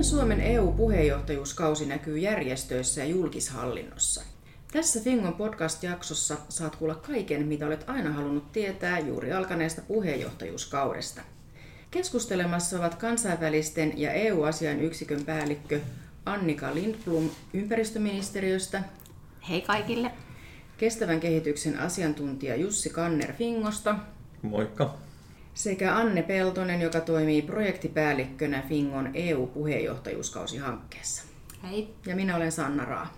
Suomen EU-puheenjohtajuuskausi näkyy järjestöissä ja julkishallinnossa. Tässä Fingon podcast-jaksossa saat kuulla kaiken, mitä olet aina halunnut tietää juuri alkaneesta puheenjohtajuuskaudesta. Keskustelemassa ovat kansainvälisten ja EU-asian yksikön päällikkö Annika Lindblom ympäristöministeriöstä. Hei kaikille. Kestävän kehityksen asiantuntija Jussi Kanner Fingosta. Moikka. Sekä Anne Peltonen, joka toimii projektipäällikkönä Fingon EU-puheenjohtajuuskausihankkeessa. Hei. Ja minä olen Sanna Raa.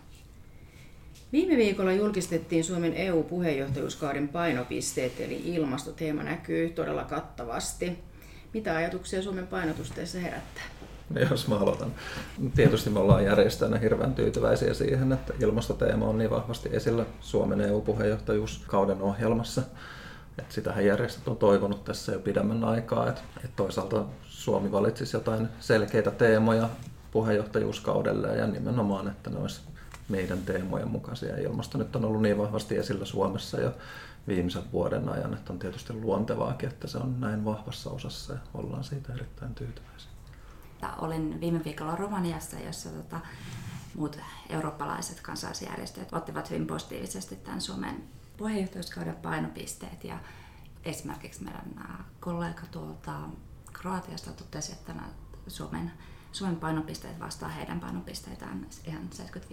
Viime viikolla julkistettiin Suomen EU-puheenjohtajuuskauden painopisteet, eli ilmastoteema näkyy todella kattavasti. Mitä ajatuksia Suomen painotusteissa herättää? Jos mä aloitan. Tietysti me ollaan järjestäjänä hirveän tyytyväisiä siihen, että ilmastoteema on niin vahvasti esillä Suomen EU-puheenjohtajuuskauden ohjelmassa. Että sitähän järjestöt on toivonut tässä jo pidemmän aikaa. Että toisaalta Suomi valitsisi jotain selkeitä teemoja puheenjohtajuuskaudelle ja nimenomaan, että ne olisi meidän teemojen mukaisia. Ilmasto nyt on ollut niin vahvasti esillä Suomessa jo viimeisen vuoden ajan, että on tietysti luontevaakin, että se on näin vahvassa osassa ja ollaan siitä erittäin tyytyväisiä. Olin viime viikolla Romaniassa, jossa muut eurooppalaiset kansalaisjärjestöt ottivat hyvin positiivisesti tämän Suomen puheenjohtajuuskauden painopisteet. Ja esimerkiksi meidän kollega tuolta Kroatiasta totesi, että Suomen painopisteet vastaa heidän painopisteitään ihan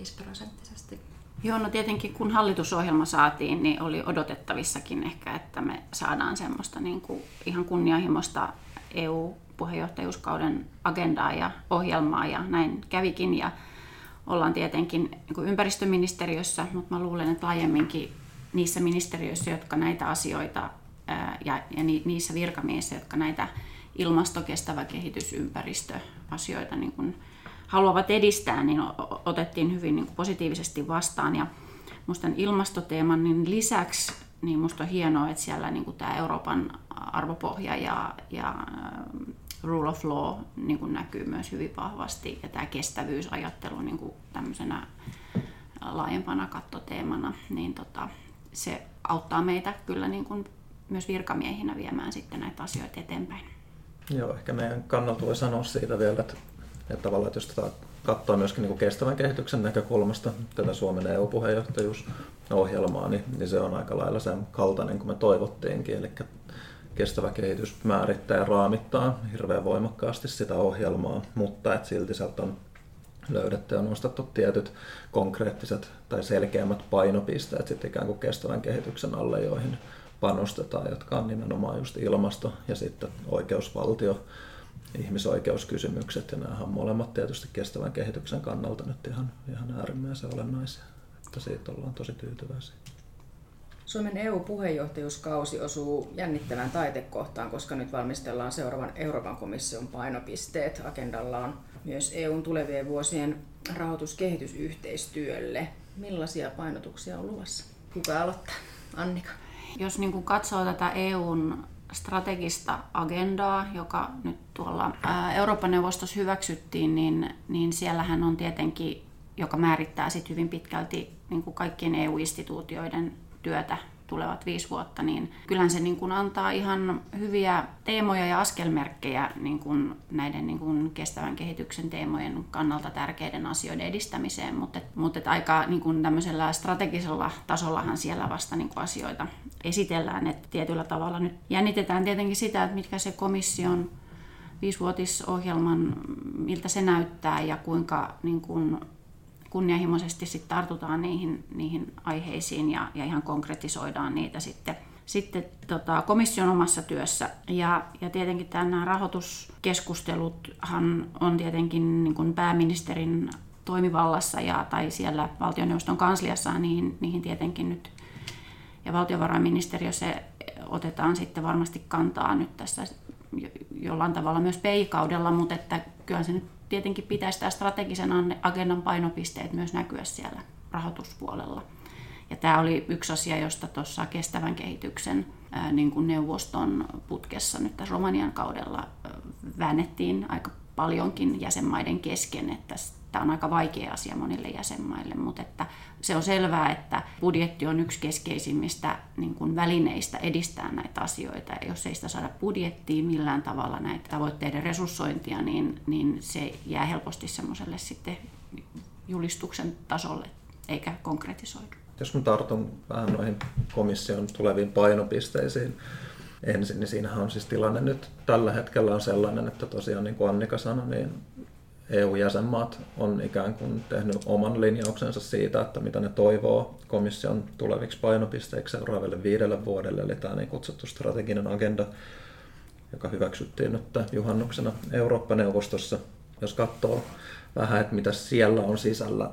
75%. Joo, no tietenkin kun hallitusohjelma saatiin, niin oli odotettavissakin ehkä, että me saadaan semmoista niin kuin ihan kunnianhimoista EU-puheenjohtajuuskauden agendaa ja ohjelmaa, ja näin kävikin. Ja ollaan tietenkin niin kuin ympäristöministeriössä, mutta mä luulen, että laajemminkin niissä ministeriöissä, jotka näitä asioita ja niissä virkamiehissä, jotka näitä ilmasto-, kestävä kehitys-, ympäristöasioita niin kuin haluavat edistää, niin otettiin hyvin niin kuin positiivisesti vastaan. Ja musta ilmastoteeman niin lisäksi niin musta on hienoa, että siellä niin kuin tämä Euroopan arvopohja ja rule of law niin kuin näkyy myös hyvin vahvasti, ja tämä kestävyysajattelu niin kuin tämmöisenä laajempana kattoteemana, niin se auttaa meitä kyllä niin kuin myös virkamiehinä viemään sitten näitä asioita eteenpäin. Joo, ehkä meidän kannalta voi sanoa siitä vielä, että tavallaan, että jos tätä katsoo myöskin niin kuin kestävän kehityksen näkökulmasta tätä Suomen EU-puheenjohtajuusohjelmaa, niin se on aika lailla sen kaltainen kuin me toivottiinkin. Eli kestävä kehitys määrittää ja raamittaa hirveän voimakkaasti sitä ohjelmaa, mutta että silti sieltä on löydetty ja nostettu tietyt konkreettiset tai selkeämmät painopisteet sitten ikään kuin kestävän kehityksen alle, joihin panostetaan, jotka on nimenomaan just ilmasto ja sitten oikeusvaltio, ihmisoikeuskysymykset, ja nämä on molemmat tietysti kestävän kehityksen kannalta nyt ihan äärimmäisen olennaisia, että siitä ollaan tosi tyytyväisiä. Suomen EU-puheenjohtajuuskausi osuu jännittävään taitekohtaan, koska nyt valmistellaan seuraavan Euroopan komission painopisteet. Agendalla on myös EUn tulevien vuosien rahoituskehitysyhteistyölle. Millaisia painotuksia on luvassa? Kuka aloittaa? Annika. Jos niin kuin katsoo tätä EUn strategista agendaa, joka nyt tuolla Euroopan neuvostossa hyväksyttiin, niin siellähän on tietenkin, joka määrittää sit hyvin pitkälti niin kuin kaikkien EU-instituutioiden työtä tulevat 5 vuotta, niin kyllähän se niin kuin antaa ihan hyviä teemoja ja askelmerkkejä niin kuin näiden niin kuin kestävän kehityksen teemojen kannalta tärkeiden asioiden edistämiseen, mutta aika niin kuin tämmöisellä strategisella tasollahan siellä vasta niin kuin asioita esitellään, että tietyllä tavalla nyt jännitetään tietenkin sitä, että mitkä se komission 5-vuotisohjelman, miltä se näyttää ja kuinka niin kuin kunnianhimoisesti sitten tartutaan niihin aiheisiin ja ihan konkretisoidaan niitä sitten komission omassa työssä. Ja tietenkin nämä rahoituskeskusteluthan on tietenkin niin kuin pääministerin toimivallassa tai siellä valtioneuvoston kansliassa niihin tietenkin nyt. Ja valtiovarainministeriössä otetaan sitten varmasti kantaa nyt tässä jollain tavalla myös peikaudella, mutta että kyllä se nyt tietenkin pitäisi tämä strategisen agendan painopisteet myös näkyä siellä rahoituspuolella. Ja tämä oli yksi asia, josta tuossa kestävän kehityksen niin kuin neuvoston putkessa nyt tässä Romanian kaudella väännettiin aika paljonkin jäsenmaiden kesken, että tämä on aika vaikea asia monille jäsenmaille, mutta että se on selvää, että budjetti on yksi keskeisimmistä niin kuin välineistä edistää näitä asioita. Ja jos ei sitä saada budjettiin millään tavalla näitä tavoitteiden resurssointia, niin se jää helposti semmoiselle sitten julistuksen tasolle eikä konkretisoidu. Jos mä tartun vähän noihin komission tuleviin painopisteisiin ensin, niin siinähän on siis tilanne nyt tällä hetkellä on sellainen, että tosiaan niin kuin Annika sanoi, niin EU-jäsenmaat on ikään kuin tehnyt oman linjauksensa siitä, että mitä ne toivoo komission tuleviksi painopisteiksi seuraaville 5 vuodelle, eli tämä niin kutsuttu strateginen agenda, joka hyväksyttiin nyt juhannuksena Eurooppa-neuvostossa. Jos katsoo vähän, että mitä siellä on sisällä,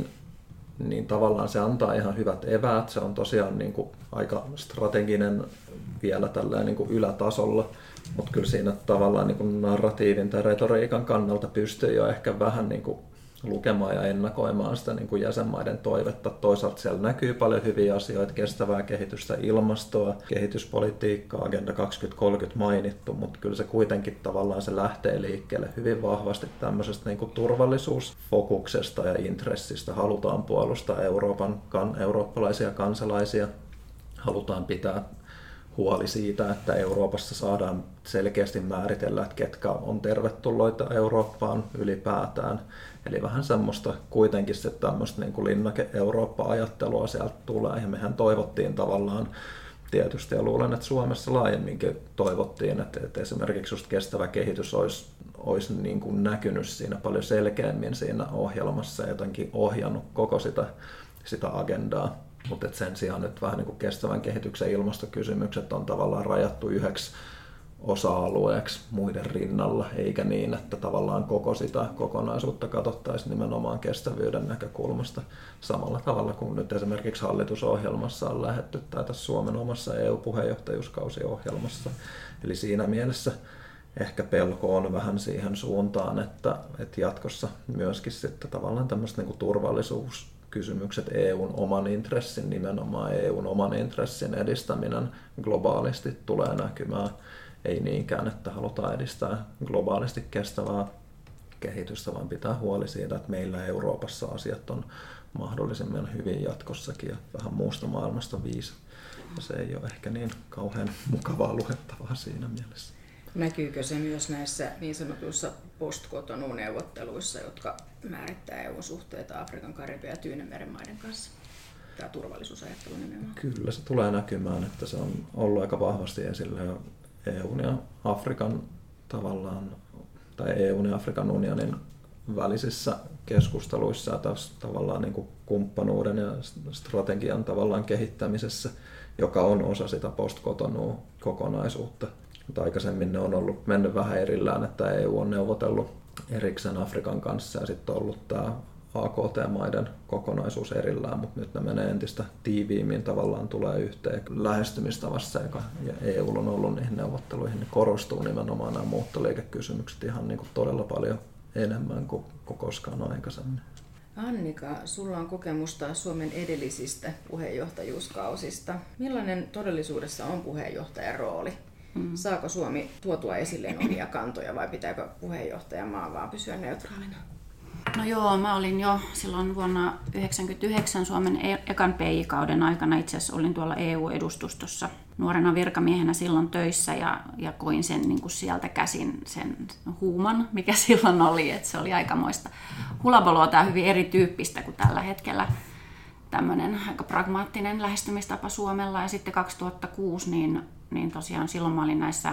niin tavallaan se antaa ihan hyvät eväät. Se on tosiaan niin kuin aika strateginen vielä tällä niin kuin ylätasolla, mutta kyllä siinä tavallaan niin kuin narratiivin tai retoriikan kannalta pystyy jo ehkä vähän niin kuin lukemaan ja ennakoimaan sitä niin kuin jäsenmaiden toivetta. Toisaalta siellä näkyy paljon hyviä asioita, kestävää kehitystä, ilmastoa, kehityspolitiikkaa, Agenda 2030 mainittu, mutta kyllä se kuitenkin tavallaan se lähtee liikkeelle hyvin vahvasti tämmöisestä niin kuin turvallisuusfokuksesta ja intressistä. Halutaan puolustaa eurooppalaisia kansalaisia, halutaan pitää huoli siitä, että Euroopassa saadaan selkeästi määritellä, että ketkä on tervetulloita Eurooppaan ylipäätään. Eli vähän semmoista kuitenkin se tämmöistä niin kuin linnake-Eurooppa-ajattelua sieltä tulee. Ja mehän toivottiin tavallaan tietysti, ja luulen, että Suomessa laajemminkin toivottiin, että esimerkiksi just kestävä kehitys olisi niin kuin näkynyt siinä paljon selkeämmin siinä ohjelmassa ja jotenkin ohjannut koko sitä agendaa. Mutta sen sijaan nyt vähän niin kuin kestävän kehityksen ilmastokysymykset on tavallaan rajattu yhdeksi osa-alueeksi muiden rinnalla, eikä niin, että tavallaan koko sitä kokonaisuutta katsottaisiin nimenomaan kestävyyden näkökulmasta samalla tavalla kuin nyt esimerkiksi hallitusohjelmassa on lähdetty tai tässä Suomen omassa EU-puheenjohtajuuskausiohjelmassa. Eli siinä mielessä ehkä pelko on vähän siihen suuntaan, että jatkossa myöskin sitten tavallaan tämmöistä niin kuin turvallisuuskysymykset EUn oman intressin, nimenomaan EUn oman intressin edistäminen globaalisti tulee näkymään. Ei niinkään, että halutaan edistää globaalisti kestävää kehitystä, vaan pitää huoli siitä, että meillä Euroopassa asiat on mahdollisimman hyvin jatkossakin ja vähän muusta maailmasta viisi. Ja se ei ole ehkä niin kauhean mukavaa luettavaa siinä mielessä. Näkyykö se myös näissä niin sanotuissa post-Cotonou-neuvotteluissa, jotka määrittää EU-suhteita Afrikan, Karibian ja Tyynenmeren maiden kanssa? Tämä turvallisuusajattelu nimenomaan. Kyllä se tulee näkymään, että se on ollut aika vahvasti esillä jo EUn ja Afrikan tavallaan, tai EUn ja Afrikan unionin välisissä keskusteluissa ja tavallaan niin kuin kumppanuuden ja strategian tavallaan kehittämisessä, joka on osa sitä post-Cotonou-kokonaisuutta. Mutta aikaisemmin ne on mennyt vähän erillään, että EU on neuvotellut erikseen Afrikan kanssa ja sitten on ollut tämä AKT-maiden kokonaisuus erillään, mutta nyt ne menee entistä tiiviimmin, tavallaan tulee yhteen lähestymistavassa, joka EU on ollut niihin neuvotteluihin, niin korostuu nimenomaan nämä muuttoliikekysymykset ihan niin kuin todella paljon enemmän kuin koskaan aikaisemmin. Annika, sulla on kokemusta Suomen edellisistä puheenjohtajuuskausista. Millainen todellisuudessa on puheenjohtajan rooli? Saako Suomi tuotua esille omia kantoja vai pitääkö puheenjohtajamaa vaan pysyä neutraalina? No joo, mä olin jo silloin vuonna 1999 Suomen ekan PI-kauden aikana. Itse asiassa olin tuolla EU-edustustossa nuorena virkamiehenä silloin töissä ja koin sen niin kuin sieltä käsin sen huuman, mikä silloin oli. Että se oli aikamoista hulaboloa, tämä hyvin erityyppistä kuin tällä hetkellä. Tämmöinen aika pragmaattinen lähestymistapa Suomella. Ja sitten 2006, niin tosiaan silloin mä olin näissä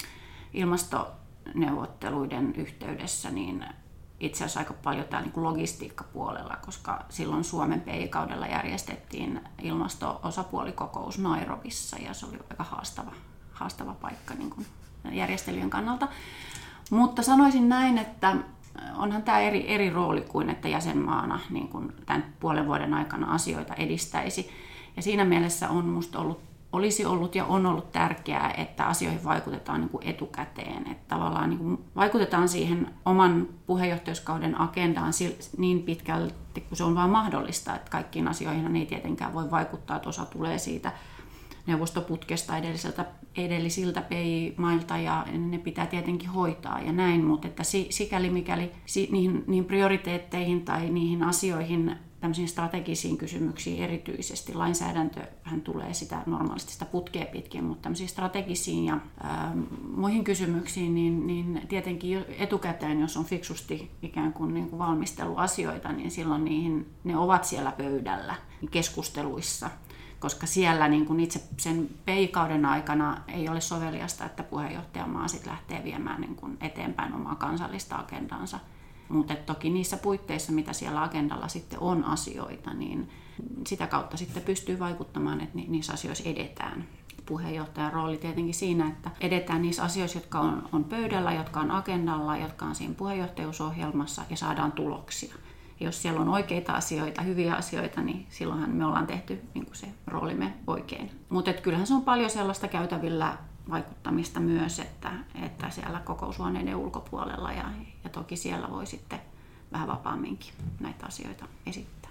ilmastoneuvotteluiden yhteydessä, niin itse asiassa aika paljon täällä niin logistiikkapuolella, koska silloin Suomen PI-kaudella järjestettiin ilmasto-osapuolikokous Nairobissa ja se oli aika haastava paikka niin kuin järjestelyjen kannalta. Mutta sanoisin näin, että onhan tämä eri rooli kuin että jäsenmaana niin kuin tämän puolen vuoden aikana asioita edistäisi. Ja siinä mielessä on musta olisi ollut ja on ollut tärkeää, että asioihin vaikutetaan niin kuin etukäteen. Että tavallaan niin kuin vaikutetaan siihen oman puheenjohtajuuskauden agendaan niin pitkälti, kun se on vaan mahdollista. Että kaikkiin asioihin ei tietenkään voi vaikuttaa, että osa tulee siitä neuvostoputkesta edellisiltä PI-mailta ja ne pitää tietenkin hoitaa ja näin, mutta että sikäli mikäli niihin prioriteetteihin tai niihin asioihin, tämmöisiin strategisiin kysymyksiin erityisesti, lainsäädäntöhän tulee sitä normaalisti sitä putkea pitkin, mutta tämmöisiin strategisiin ja muihin kysymyksiin, niin tietenkin etukäteen, jos on fiksusti ikään kuin valmistellut asioita, niin silloin ne ovat siellä pöydällä keskusteluissa. Koska siellä niin kuin itse sen PI-kauden aikana ei ole soveliasta, että puheenjohtajamaa sit lähtee viemään niin kuin eteenpäin omaa kansallista agendansa. Mutta toki niissä puitteissa, mitä siellä agendalla sitten on asioita, niin sitä kautta sitten pystyy vaikuttamaan, että niissä asioissa edetään. Puheenjohtajan rooli tietenkin siinä, että edetään niissä asioissa, jotka on pöydällä, jotka on agendalla, jotka on siinä puheenjohtajuusohjelmassa ja saadaan tuloksia. Jos siellä on oikeita asioita, hyviä asioita, niin silloinhan me ollaan tehty niin kuin se roolimme oikein. Mutta kyllähän se on paljon sellaista käytävillä vaikuttamista myös, että siellä kokoushuoneiden ulkopuolella ja toki siellä voi sitten vähän vapaamminkin näitä asioita esittää.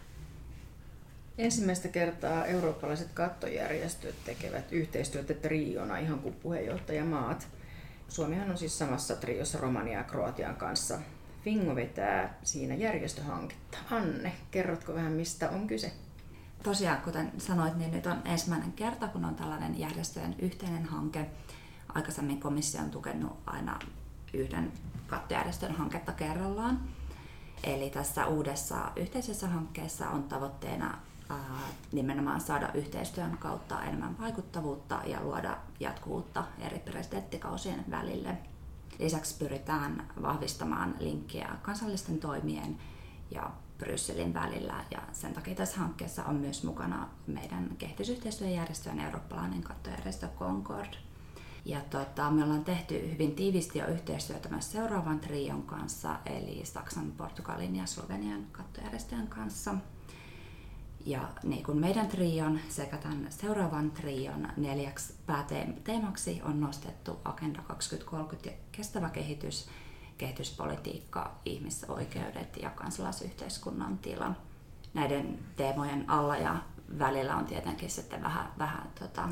Ensimmäistä kertaa eurooppalaiset kattojärjestöt tekevät yhteistyötä triona ihan kuin puheenjohtajamaat. Suomihan on siis samassa triossa Romania ja Kroatian kanssa. Fingo vetää siinä järjestöhanketta. Anne, kerrotko vähän mistä on kyse? Tosiaan, kuten sanoit, niin nyt on ensimmäinen kerta, kun on tällainen järjestöjen yhteinen hanke. Aikaisemmin komissio on tukenut aina yhden kattojärjestön hanketta kerrallaan. Eli tässä uudessa yhteisessä hankkeessa on tavoitteena nimenomaan saada yhteistyön kautta enemmän vaikuttavuutta ja luoda jatkuvuutta eri presidenttikausien välille. Lisäksi pyritään vahvistamaan linkkiä kansallisten toimien ja Brysselin välillä, ja sen takia tässä hankkeessa on myös mukana meidän kehitysyhteistyöjärjestön eurooppalainen kattojärjestö Concord. Ja me ollaan tehty hyvin tiivisti jo yhteistyötä myös seuraavan trion kanssa, eli Saksan, Portugalin ja Slovenian kattojärjestöjen kanssa. Ja niin kuin meidän trion sekä tämän seuraavan trion 4 pääteemaksi on nostettu Agenda 2030 ja kestävä kehitys, kehityspolitiikka, ihmisoikeudet ja kansalaisyhteiskunnan tila. Näiden teemojen alla ja välillä on tietenkin sitten vähän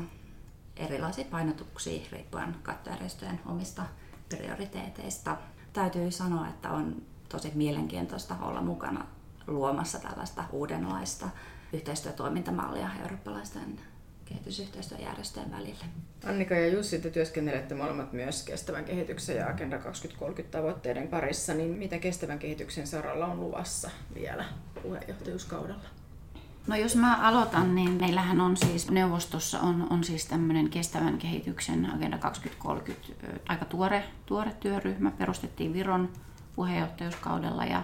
erilaisia painotuksia riippuen kattojärjestöjen omista prioriteeteista. Täytyy sanoa, että on tosi mielenkiintoista olla mukana luomassa tällaista uudenlaista yhteistyötoimintamallia eurooppalaisten kehitysyhteistyöjärjestöjen välille. Annika ja Jussi, te työskentelette molemmat myös kestävän kehityksen ja Agenda 2030 tavoitteiden parissa, niin mitä kestävän kehityksen saralla on luvassa vielä puheenjohtajuuskaudella? No jos mä aloitan, niin meillähän on siis neuvostossa on siis tämmöinen kestävän kehityksen Agenda 2030 aika tuore työryhmä, perustettiin Viron puheenjohtajuuskaudella ja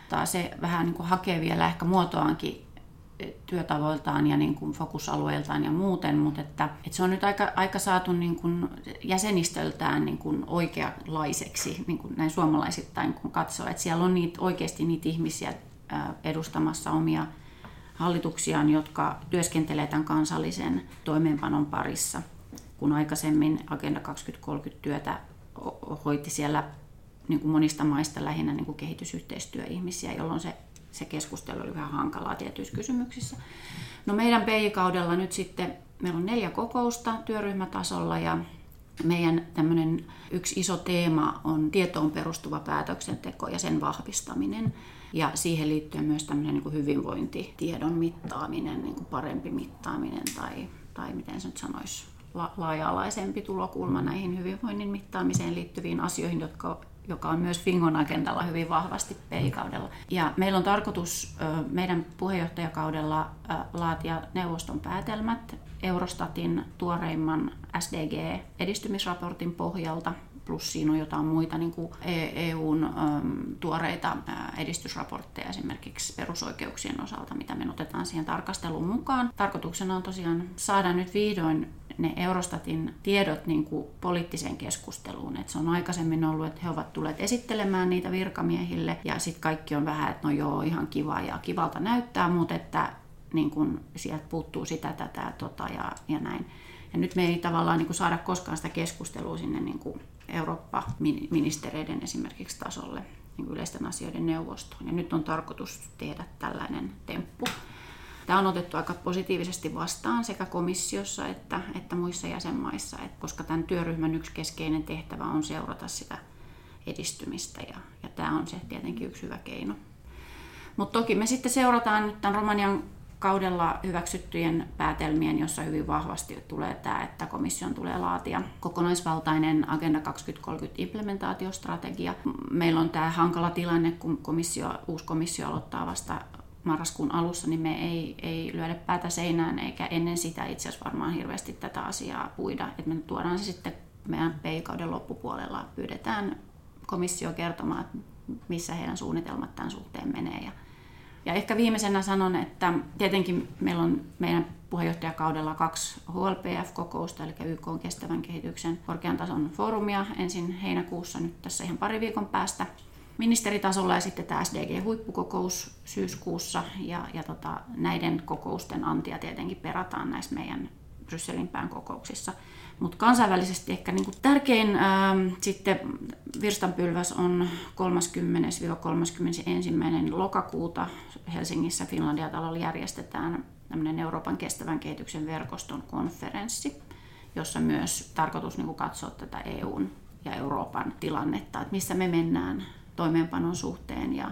se vähän niin kuin hakee vielä ehkä muotoaankin työtavoiltaan ja niin kuin fokusalueiltaan ja muuten, mutta että se on nyt aika saatu niin kuin jäsenistöltään niin kuin oikeanlaiseksi, niin kuin näin suomalaisittain kun katsoo, että siellä on oikeasti niitä ihmisiä edustamassa omia hallituksiaan, jotka työskentelee tämän kansallisen toimeenpanon parissa, kun aikaisemmin Agenda 2030 työtä hoiti siellä niin kuin monista maista lähinnä niin kuin kehitysyhteistyöihmisiä, jolloin se keskustelu oli vähän hankalaa tietyissä kysymyksissä. No meidän PI-kaudella nyt sitten meillä on 4 kokousta työryhmätasolla ja meidän tämmöinen yksi iso teema on tietoon perustuva päätöksenteko ja sen vahvistaminen. Ja siihen liittyy myös tämmöinen niin kuin hyvinvointitiedon mittaaminen, niin kuin parempi mittaaminen tai miten se nyt sanoisi, laaja-alaisempi tulokulma näihin hyvinvoinnin mittaamiseen liittyviin asioihin, joka on myös Fingon agendalla hyvin vahvasti PI-kaudella. Ja meillä on tarkoitus meidän puheenjohtajakaudella laatia neuvoston päätelmät Eurostatin tuoreimman SDG-edistymisraportin pohjalta, plus siinä on jotain muita niin kuin EUn tuoreita edistysraportteja esimerkiksi perusoikeuksien osalta, mitä me otetaan siihen tarkasteluun mukaan. Tarkoituksena on tosiaan saada nyt vihdoin ne Eurostatin tiedot niin kuin poliittiseen keskusteluun. Et se on aikaisemmin ollut, että he ovat tulleet esittelemään niitä virkamiehille ja sitten kaikki on vähän, että no joo, ihan kiva ja kivalta näyttää, mutta että niin kuin sieltä puuttuu sitä, tätä ja näin. Ja nyt me ei tavallaan niin kuin saada koskaan sitä keskustelua sinne niin kuin Eurooppa-ministereiden esimerkiksi tasolle, niin kuin yleisten asioiden neuvostoon. Ja nyt on tarkoitus tehdä tällainen temppu. Tämä on otettu aika positiivisesti vastaan sekä komissiossa että muissa jäsenmaissa, koska tämän työryhmän yksi keskeinen tehtävä on seurata sitä edistymistä ja tämä on se tietenkin yksi hyvä keino. Mutta toki me sitten seurataan nyt tämän Romanian kaudella hyväksyttyjen päätelmien, jossa hyvin vahvasti tulee tämä, että komission tulee laatia kokonaisvaltainen Agenda 2030 implementaatiostrategia. Meillä on tämä hankala tilanne, kun uusi komissio aloittaa vasta marraskuun alussa, niin me ei lyödä päätä seinään, eikä ennen sitä itse asiassa varmaan hirveästi tätä asiaa puida. Et me tuodaan se sitten meidän PI-kauden loppupuolella, pyydetään komissio kertomaan, missä heidän suunnitelmat tämän suhteen menee. Ja ehkä viimeisenä sanon, että tietenkin meillä on meidän puheenjohtajakaudella 2 HLPF-kokousta, eli YK on kestävän kehityksen korkean tason foorumia ensin heinäkuussa, nyt tässä ihan pari viikon päästä ministeritasolla ja sitten tämä SDG-huippukokous syyskuussa. Ja näiden kokousten antia tietenkin perataan näissä meidän Brysselin pään kokouksissa. Mutta kansainvälisesti ehkä niinku tärkein sitten virstanpylväs on 30-31. lokakuuta Helsingissä Finlandia-talolla järjestetään tämmöinen Euroopan kestävän kehityksen verkoston konferenssi, jossa myös tarkoitus niinku katsoa tätä EUn ja Euroopan tilannetta, että missä me mennään toimeenpanon suhteen ja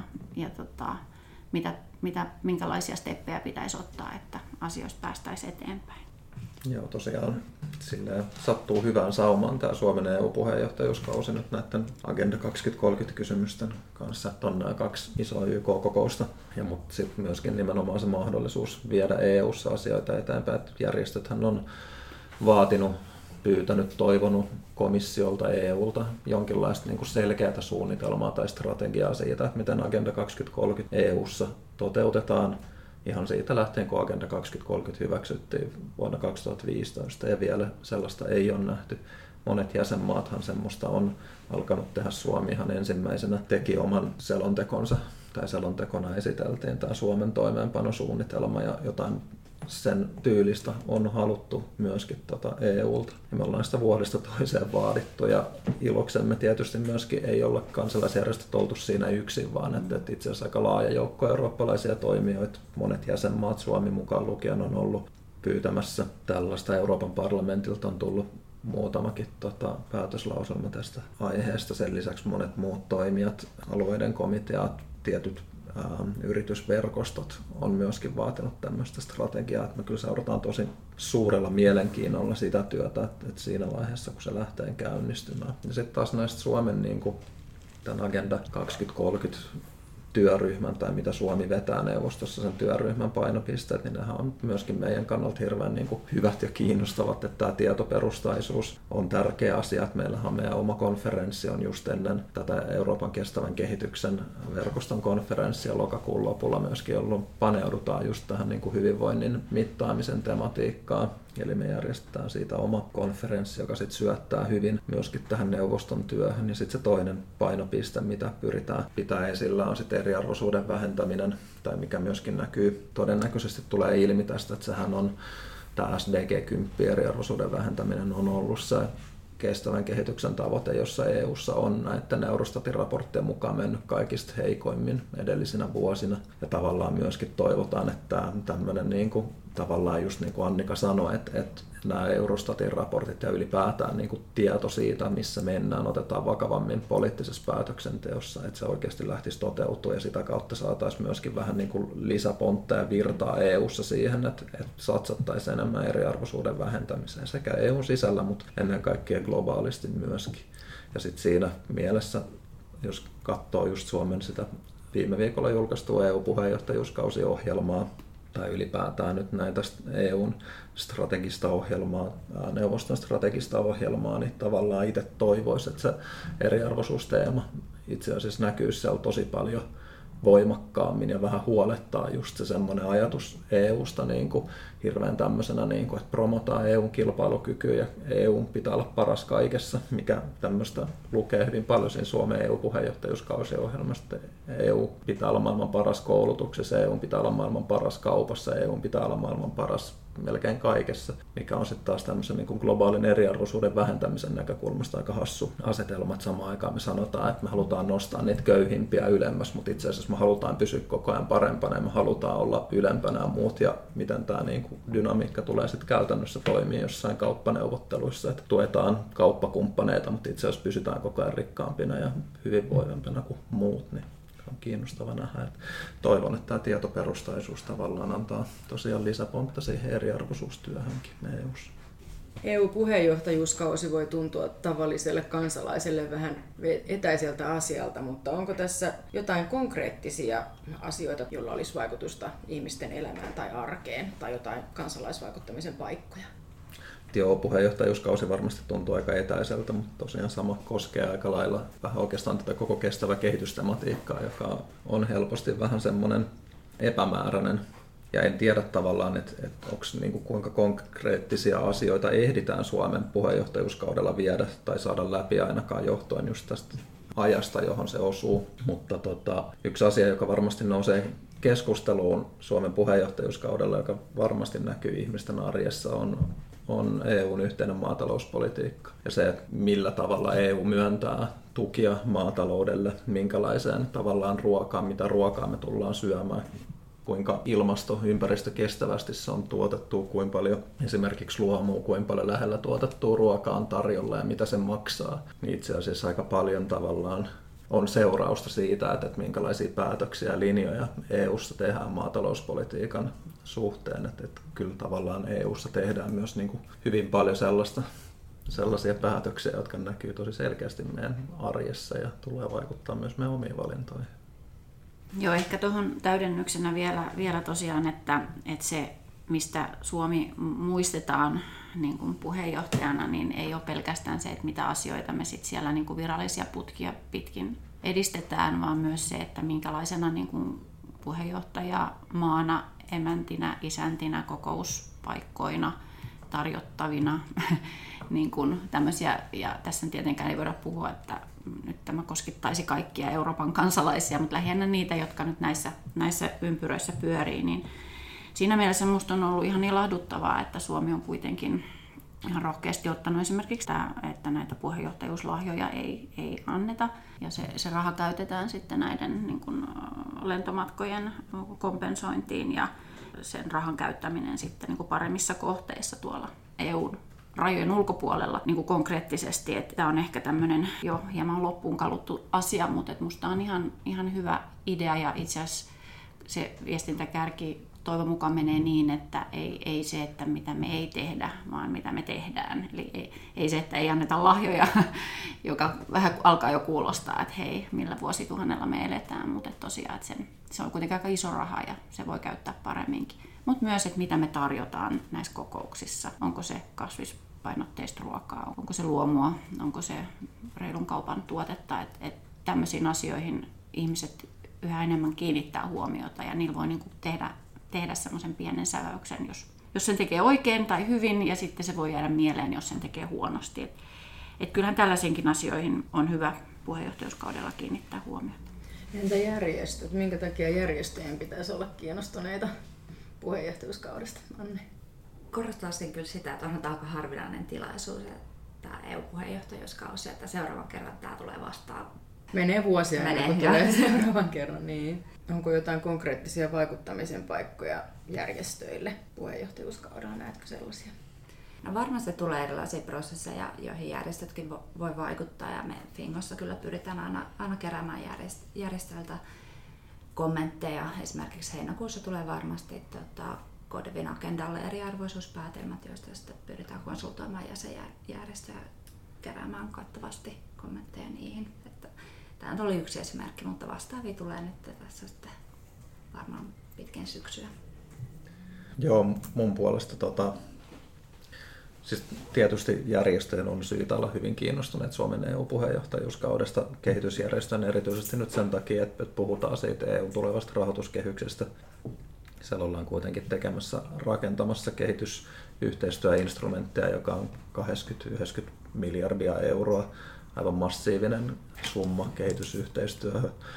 minkälaisia steppejä pitäisi ottaa, että asioista päästäisiin eteenpäin. Joo, tosiaan sinne sattuu hyvään saumaan tämä Suomen EU-puheenjohtajuuskausi nyt näiden Agenda 2030-kysymysten kanssa. On nämä 2 isoa YK-kokousta, mutta sitten myöskin nimenomaan se mahdollisuus viedä EU:ssa asioita eteenpäin. Järjestöthän on vaatinut, pyytänyt, toivonut komissiolta, EUlta jonkinlaista niin kuin selkeää suunnitelmaa tai strategiaa siitä, että miten Agenda 2030 EU:ssa toteutetaan. Ihan siitä lähtien, kun Agenda 2030 hyväksyttiin vuonna 2015 ja vielä sellaista ei ole nähty. Monet jäsenmaathan semmoista on alkanut tehdä. Suomihan ensimmäisenä teki oman selontekonsa, tai selontekona esiteltiin tämä Suomen toimeenpanosuunnitelma ja jotain sen tyylistä on haluttu myöskin EUlta. Ja me ollaan sitä vuodesta toiseen vaadittu ja iloksemme tietysti myöskin ei olla kansalaisjärjestöt oltu siinä yksin, vaan että itse asiassa aika laaja joukko eurooppalaisia toimijoita, monet jäsenmaat, Suomi mukaan lukien, on ollut pyytämässä tällaista. Euroopan parlamentilta on tullut muutamakin päätöslauselma tästä aiheesta. Sen lisäksi monet muut toimijat, alueiden komiteat, tietyt yritysverkostot on myöskin vaatinut tämmöistä strategiaa, että me kyllä seurataan tosi suurella mielenkiinnolla sitä työtä, että siinä vaiheessa, kun se lähtee käynnistymään. Ja sitten taas näistä Suomen tämän Agenda 2030 työryhmän tai mitä Suomi vetää neuvostossa sen työryhmän painopisteet, niin nehän on myöskin meidän kannalta hirveän hyvät ja kiinnostavat, että tämä tietoperustaisuus on tärkeä asia. Että meillähän meidän oma konferenssi on just ennen tätä Euroopan kestävän kehityksen verkoston konferenssia lokakuun lopulla myöskin, jolloin paneudutaan just tähän hyvinvoinnin mittaamisen tematiikkaan. Eli me järjestetään siitä oma konferenssi, joka sitten syöttää hyvin myöskin tähän neuvoston työhön. Ja sitten se toinen painopiste, mitä pyritään pitää esillä, on sitten eriarvoisuuden vähentäminen, tai mikä myöskin näkyy, todennäköisesti tulee ilmi tästä, että sehän on tämä SDG 10 eriarvoisuuden vähentäminen on ollut se kestävän kehityksen tavoite, jossa EU:ssa on näiden Eurostatin raporttien mukaan mennyt kaikista heikoimmin edellisinä vuosina. Ja tavallaan myöskin toivotaan, että tämmöinen tavallaan just niin kuin Annika sanoi, että nämä Eurostatin raportit ja ylipäätään tieto siitä, missä mennään, otetaan vakavammin poliittisessa päätöksenteossa, että se oikeasti lähtisi toteutumaan ja sitä kautta saataisiin myöskin vähän lisäpontta ja virtaa EU:ssa siihen, että satsattaisiin enemmän eriarvoisuuden vähentämiseen sekä EU:n sisällä, mutta ennen kaikkea globaalisti myöskin. Ja sitten siinä mielessä, jos katsoo just Suomen sitä viime viikolla julkaistua EU-puheenjohtajuuskausiohjelmaa, tai ylipäätään nyt näitä EUn strategista ohjelmaa, neuvoston strategista ohjelmaa, niin tavallaan itse toivoisi, että se eriarvoisuusteema itse asiassa näkyy siellä tosi paljon voimakkaammin ja vähän huolettaa just se semmoinen ajatus EUsta hirveän tämmöisenä, että promotaan EUn kilpailukykyä ja EUn pitää olla paras kaikessa, mikä tämmöistä lukee hyvin paljon siinä Suomen EU-puheenjohtajuuskausiohjelmasta. EU pitää olla maailman paras koulutuksessa, EU pitää olla maailman paras kaupassa, EU pitää olla maailman paras melkein kaikessa, mikä on sitten taas tämmöisen niin kuin globaalin eriarvoisuuden vähentämisen näkökulmasta aika hassu asetelma, että samaan aikaan me sanotaan, että me halutaan nostaa niitä köyhimpiä ylemmäs, mutta itse asiassa me halutaan pysyä koko ajan parempana ja me halutaan olla ylempänä ja muut, ja miten tämä niin kuin dynamiikka tulee sitten käytännössä toimii jossain kauppaneuvotteluissa, että tuetaan kauppakumppaneita, mutta itse asiassa pysytään koko ajan rikkaampina ja hyvinvoivempina kuin muut, niin on kiinnostava nähdä. Että toivon, että tämä tietoperustaisuus tavallaan antaa tosiaan lisäpontta siihen eriarvoisuustyöhönkin EU:ssa. EU-puheenjohtajuuskausi voi tuntua tavalliselle kansalaiselle vähän etäiseltä asialta, mutta onko tässä jotain konkreettisia asioita, joilla olisi vaikutusta ihmisten elämään tai arkeen, tai jotain kansalaisvaikuttamisen paikkoja? Joo, puheenjohtajuuskausi varmasti tuntuu aika etäiseltä, mutta tosiaan sama koskee aika lailla vähän oikeastaan tätä koko kestävä kehitystematiikkaa, joka on helposti vähän semmoinen epämääräinen. Ja en tiedä tavallaan, että onko niinku kuinka konkreettisia asioita ehditään Suomen puheenjohtajuuskaudella viedä tai saada läpi ainakaan johtuen just tästä ajasta, johon se osuu. Mutta yksi asia, joka varmasti nousee keskusteluun Suomen puheenjohtajuuskaudella, joka varmasti näkyy ihmisten arjessa, on EUn yhteinen maatalouspolitiikka ja se, että millä tavalla EU myöntää tukia maataloudelle, minkälaiseen tavallaan ruokaan, mitä ruokaa me tullaan syömään, kuinka ympäristökestävästi se on tuotettu, kuinka paljon esimerkiksi luomua, kuinka paljon lähellä tuotettua ruokaa on tarjolla ja mitä se maksaa. Niin itse asiassa aika paljon tavallaan on seurausta siitä, että minkälaisia päätöksiä ja linjoja EU:ssa tehdään maatalouspolitiikan suhteen. Että kyllä tavallaan EU:ssa tehdään myös niin kuin hyvin paljon sellaisia päätöksiä, jotka näkyy tosi selkeästi meidän arjessa ja tulee vaikuttaa myös meidän omiin valintoihin. Joo, ehkä tuohon täydennyksenä vielä tosiaan, että se, mistä Suomi muistetaan niin kuin puheenjohtajana, niin ei ole pelkästään se, että mitä asioita me sit siellä niin kuin virallisia putkia pitkin edistetään, vaan myös se, että minkälaisena niin kuin puheenjohtajamaana, emäntinä, isäntinä, kokouspaikkoina, tarjottavina niin kuin tämmöisiä, ja tässä tietenkään ei voida puhua, että nyt tämä koskettaisi kaikkia Euroopan kansalaisia, mutta lähinnä niitä, jotka nyt näissä ympyröissä pyörii, niin siinä mielessä minusta on ollut ihan ilahduttavaa, että Suomi on kuitenkin ihan rohkeasti ottanut esimerkiksi että näitä puheenjohtajuuslahjoja ei anneta, ja se raha käytetään sitten näiden niin kuin lentomatkojen kompensointiin ja sen rahan käyttäminen sitten niin kuin paremmissa kohteissa tuolla EUn rajojen ulkopuolella niin kuin konkreettisesti. Että tämä on ehkä tämmöinen jo hieman loppuun kaluttu asia, mutta minusta on ihan hyvä idea, ja itse asiassa se viestintäkärki toivon mukaan menee niin, että ei se, että mitä me ei tehdä, vaan mitä me tehdään. Eli ei se, että ei anneta lahjoja, joka vähän alkaa jo kuulostaa, että hei, millä vuosituhannella me eletään, mutta tosiaan, että se on kuitenkin aika iso raha ja se voi käyttää paremminkin. Mutta myös, että mitä me tarjotaan näissä kokouksissa. Onko se kasvispainotteista ruokaa, onko se luomua, onko se reilun kaupan tuotetta. Että tämmöisiin asioihin ihmiset yhä enemmän kiinnittää huomiota ja niillä voi niinku tehdä semmoisen pienen säväyksen, jos sen tekee oikein tai hyvin, ja sitten se voi jäädä mieleen, jos sen tekee huonosti. Et kyllähän tällaisiinkin asioihin on hyvä puheenjohtajuuskaudella kiinnittää huomiota. Entä järjestöt? Minkä takia järjestöjen pitäisi olla kiinnostuneita puheenjohtajuuskaudesta, Anne? Korostaisin kyllä sitä, että onhan tämä aika harvinainen tilaisuus, tämä EU-puheenjohtajuuskausi, että seuraavan kerran tämä tulee vastaan. Menee vuosia ennen kuin tulee seuraavan kerran. Niin. Onko jotain konkreettisia vaikuttamisen paikkoja järjestöille puheenjohtajuuskaudella? Näetkö sellaisia? No varmasti tulee erilaisia prosesseja, joihin järjestötkin voi vaikuttaa, ja me Fingossa kyllä pyritään aina keräämään järjestöiltä kommentteja. Esimerkiksi heinäkuussa tulee varmasti Kodevin agendalle eriarvoisuuspäätelmät, joista sitten pyritään konsultoimaan jäsenjärjestöjä keräämään kattavasti kommentteja niihin. Tämä oli yksi esimerkki, mutta vastaavia tulee nyt tässä sitten varmaan pitkin syksyä. Joo, mun puolesta siis tietysti järjestöjen on syytä olla hyvin kiinnostuneet Suomen EU-puheenjohtajuuskaudesta, kehitysjärjestön erityisesti nyt sen takia, että puhutaan siitä EU-tulevasta rahoituskehyksestä. Siellä ollaan kuitenkin rakentamassa kehitysyhteistyöinstrumentteja, joka on 80-90 miljardia euroa, aivan massiivinen summa kehitysyhteistyöhön.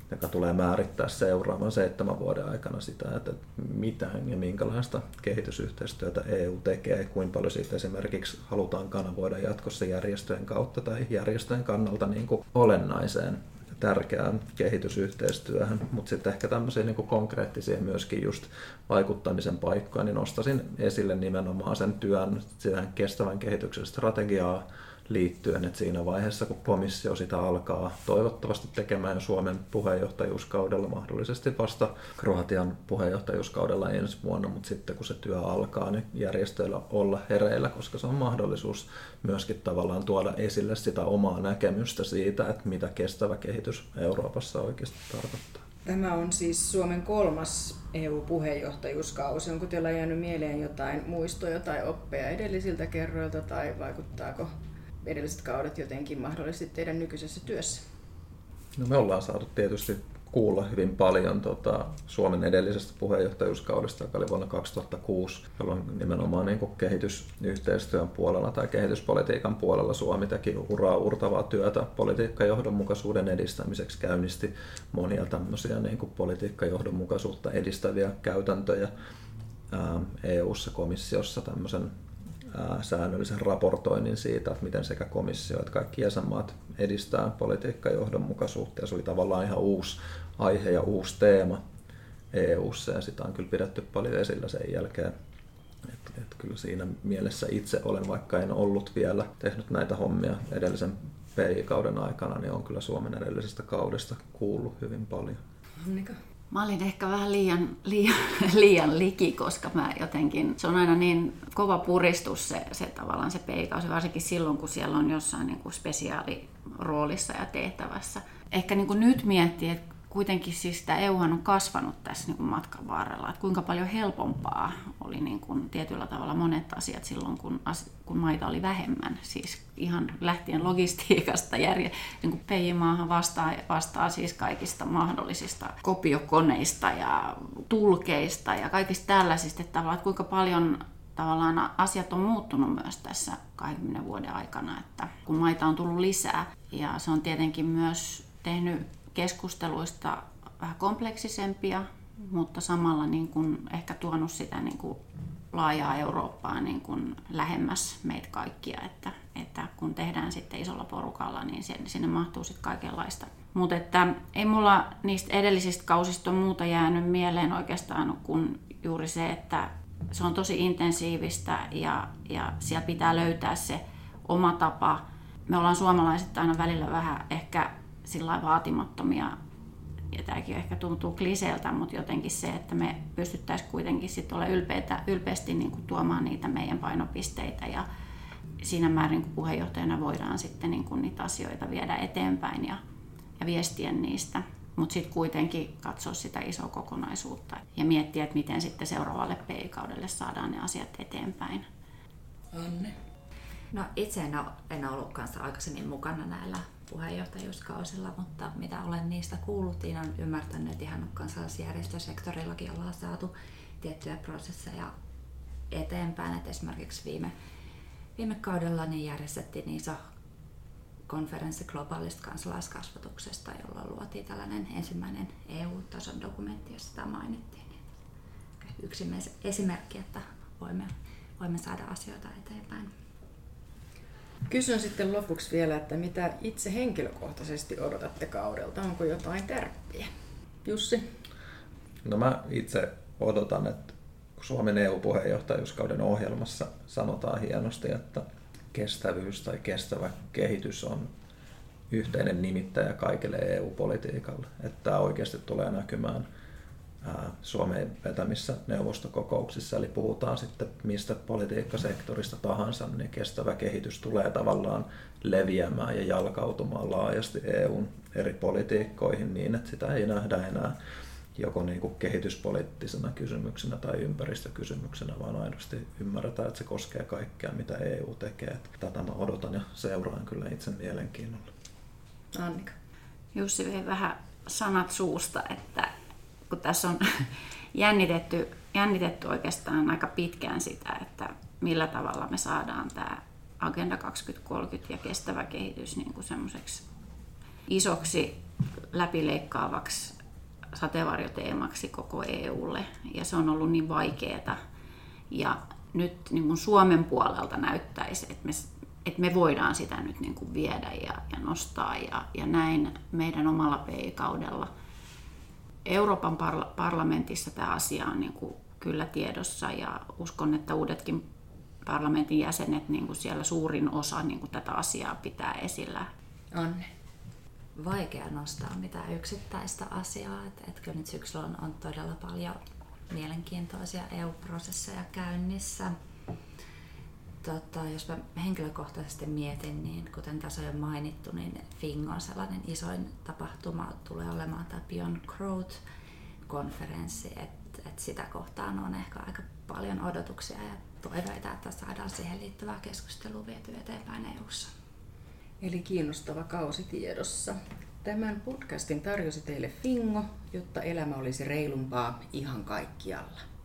joka tulee määrittää seuraavan 7 vuoden aikana sitä, että mitä ja minkälaista kehitysyhteistyötä EU tekee, kuinka paljon siitä esimerkiksi halutaan kanavoida jatkossa järjestöjen kautta tai järjestöjen kannalta niin kuin olennaiseen tärkeään kehitysyhteistyöhön, mutta sitten ehkä tämmöisiä niin kuin konkreettisia myöskin just vaikuttamisen paikkoja, niin nostaisin esille nimenomaan sen työn, sitä kestävän kehityksen strategiaa liittyen, että siinä vaiheessa, kun komissio sitä alkaa toivottavasti tekemään Suomen puheenjohtajuuskaudella, mahdollisesti vasta Kroatian puheenjohtajuuskaudella ensi vuonna, mutta sitten kun se työ alkaa, niin järjestöillä olla hereillä, koska se on mahdollisuus myöskin tavallaan tuoda esille sitä omaa näkemystä siitä, että mitä kestävä kehitys Euroopassa oikeasti tarkoittaa. Tämä on siis Suomen 3. EU-puheenjohtajuuskausi. Onko teillä jäänyt mieleen jotain muistoja tai oppeja edellisiltä kerroilta tai vaikuttaako edelliset kaudet jotenkin mahdollisesti teidän nykyisessä työssä? No me ollaan saatu tietysti kuulla hyvin paljon Suomen edellisestä puheenjohtajuuskaudesta, joka oli vuonna 2006, jolloin nimenomaan niin kuin kehitysyhteistyön puolella tai kehityspolitiikan puolella Suomi teki urtavaa työtä politiikkajohdonmukaisuuden edistämiseksi, käynnisti monia tämmöisiä niin kuin politiikkajohdonmukaisuutta edistäviä käytäntöjä EU:ssa, komissiossa tämmöisen säännöllisen raportoinnin siitä, että miten sekä komissio että kaikki jäsenmaat edistää politiikkajohdonmukaisuutta. Ja se oli tavallaan ihan uusi aihe ja uusi teema EU:ssa ja sitä on kyllä pidetty paljon esillä sen jälkeen. Että kyllä siinä mielessä itse olen, vaikka en ollut vielä tehnyt näitä hommia edellisen PI-kauden aikana, niin on kyllä Suomen edellisestä kaudesta kuullut hyvin paljon. Annika? Mä olin ehkä vähän liian liki, koska mä jotenkin, se on aina niin kova puristus se tavallaan se PI-kausi, varsinkin silloin, kun siellä on jossain niin kuin spesiaaliroolissa ja tehtävässä. Ehkä niin kuin nyt miettii, että kuitenkin siis tämä EUhan on kasvanut tässä niin kuin matkan varrella, että kuinka paljon helpompaa oli niin kuin tietyllä tavalla monet asiat silloin, kun maita oli vähemmän. Siis ihan lähtien logistiikasta, niin kuin PJ-maahan vastaa siis kaikista mahdollisista kopiokoneista ja tulkeista ja kaikista tällaisista, että kuinka paljon tavallaan asiat on muuttunut myös tässä 20 vuoden aikana, että kun maita on tullut lisää ja se on tietenkin myös tehnyt keskusteluista vähän kompleksisempia, mutta samalla niin kuin ehkä tuonut sitä niin kuin laajaa Eurooppaa niin kuin lähemmäs meitä kaikkia, että kun tehdään sitten isolla porukalla, niin sinne mahtuu sitten kaikenlaista. Mutta että ei mulla niistä edellisistä kausista ole muuta jäänyt mieleen oikeastaan kuin juuri se, että se on tosi intensiivistä ja siellä pitää löytää se oma tapa. Me ollaan suomalaiset aina välillä vähän ehkä sillä vaatimattomia, ja tämäkin ehkä tuntuu kliseeltä, mutta jotenkin se, että me pystyttäisiin kuitenkin sitten olemaan ylpeästi niin kuin tuomaan niitä meidän painopisteitä, ja siinä määrin, kun puheenjohtajana voidaan sitten niin kuin niitä asioita viedä eteenpäin ja viestiä niistä, mutta sitten kuitenkin katsoa sitä isoa kokonaisuutta ja miettiä, että miten sitten seuraavalle PI-kaudelle saadaan ne asiat eteenpäin. Anne? No itse en ollut kanssa aikaisemmin mukana näillä puheenjohtajuuskausilla, mutta mitä olen niistä kuullut, niin olen ymmärtänyt, että ihan kansalaisjärjestösektorillakin ollaan saatu tiettyjä prosesseja eteenpäin. Että esimerkiksi viime kaudella niin järjestettiin iso konferenssi globaalista kansalaiskasvatuksesta, jolla luotiin tällainen ensimmäinen EU-tason dokumentti, jossa sitä mainittiin. Yksi esimerkki, että voimme saada asioita eteenpäin. Kysyn sitten lopuksi vielä, että mitä itse henkilökohtaisesti odotatte kaudelta? Onko jotain tärppiä? Jussi? No mä itse odotan, että Suomen EU-puheenjohtajuuskauden ohjelmassa sanotaan hienosti, että kestävyys tai kestävä kehitys on yhteinen nimittäjä kaikille EU-politiikalle. Että tämä oikeasti tulee näkymään Suomen vetämissä neuvostokokouksissa, eli puhutaan sitten mistä politiikkasektorista tahansa, niin kestävä kehitys tulee tavallaan leviämään ja jalkautumaan laajasti EUn eri politiikkoihin niin, että sitä ei nähdä enää joko niin kuin kehityspoliittisena kysymyksenä tai ympäristökysymyksenä, vaan aidosti ymmärretään, että se koskee kaikkea, mitä EU tekee. Tätä mä odotan ja seuraan kyllä itse mielenkiinnolla. Annika? Jussi vei vähän sanat suusta, että kun tässä on jännitetty oikeastaan aika pitkään sitä, että millä tavalla me saadaan tämä Agenda 2030 ja kestävä kehitys niin kuin semmoiseksi isoksi läpileikkaavaksi sateenvarjoteemaksi koko EUlle, ja se on ollut niin vaikeaa. Ja nyt niin kuin Suomen puolelta näyttäisi, että me voidaan sitä nyt niin kuin viedä ja nostaa, ja näin meidän omalla PI-kaudella. Euroopan parlamentissa tämä asia on niin kuin kyllä tiedossa, ja uskon, että uudetkin parlamentin jäsenet, niin kuin siellä suurin osa niin kuin tätä asiaa pitää esillä. Anne. Vaikea nostaa mitään yksittäistä asiaa, että kyllä nyt syksyllä on todella paljon mielenkiintoisia EU-prosesseja käynnissä. Jos mä henkilökohtaisesti mietin, niin kuten tässä on jo mainittu, niin Fingon sellainen isoin tapahtuma tulee olemaan tämä Beyond Growth-konferenssi, että sitä kohtaan on ehkä aika paljon odotuksia ja toiveita, että saadaan siihen liittyvää keskustelua vietyä eteenpäin EU:ssa. Eli kiinnostava kausi tiedossa. Tämän podcastin tarjosi teille Fingo, jotta elämä olisi reilumpaa ihan kaikkialla.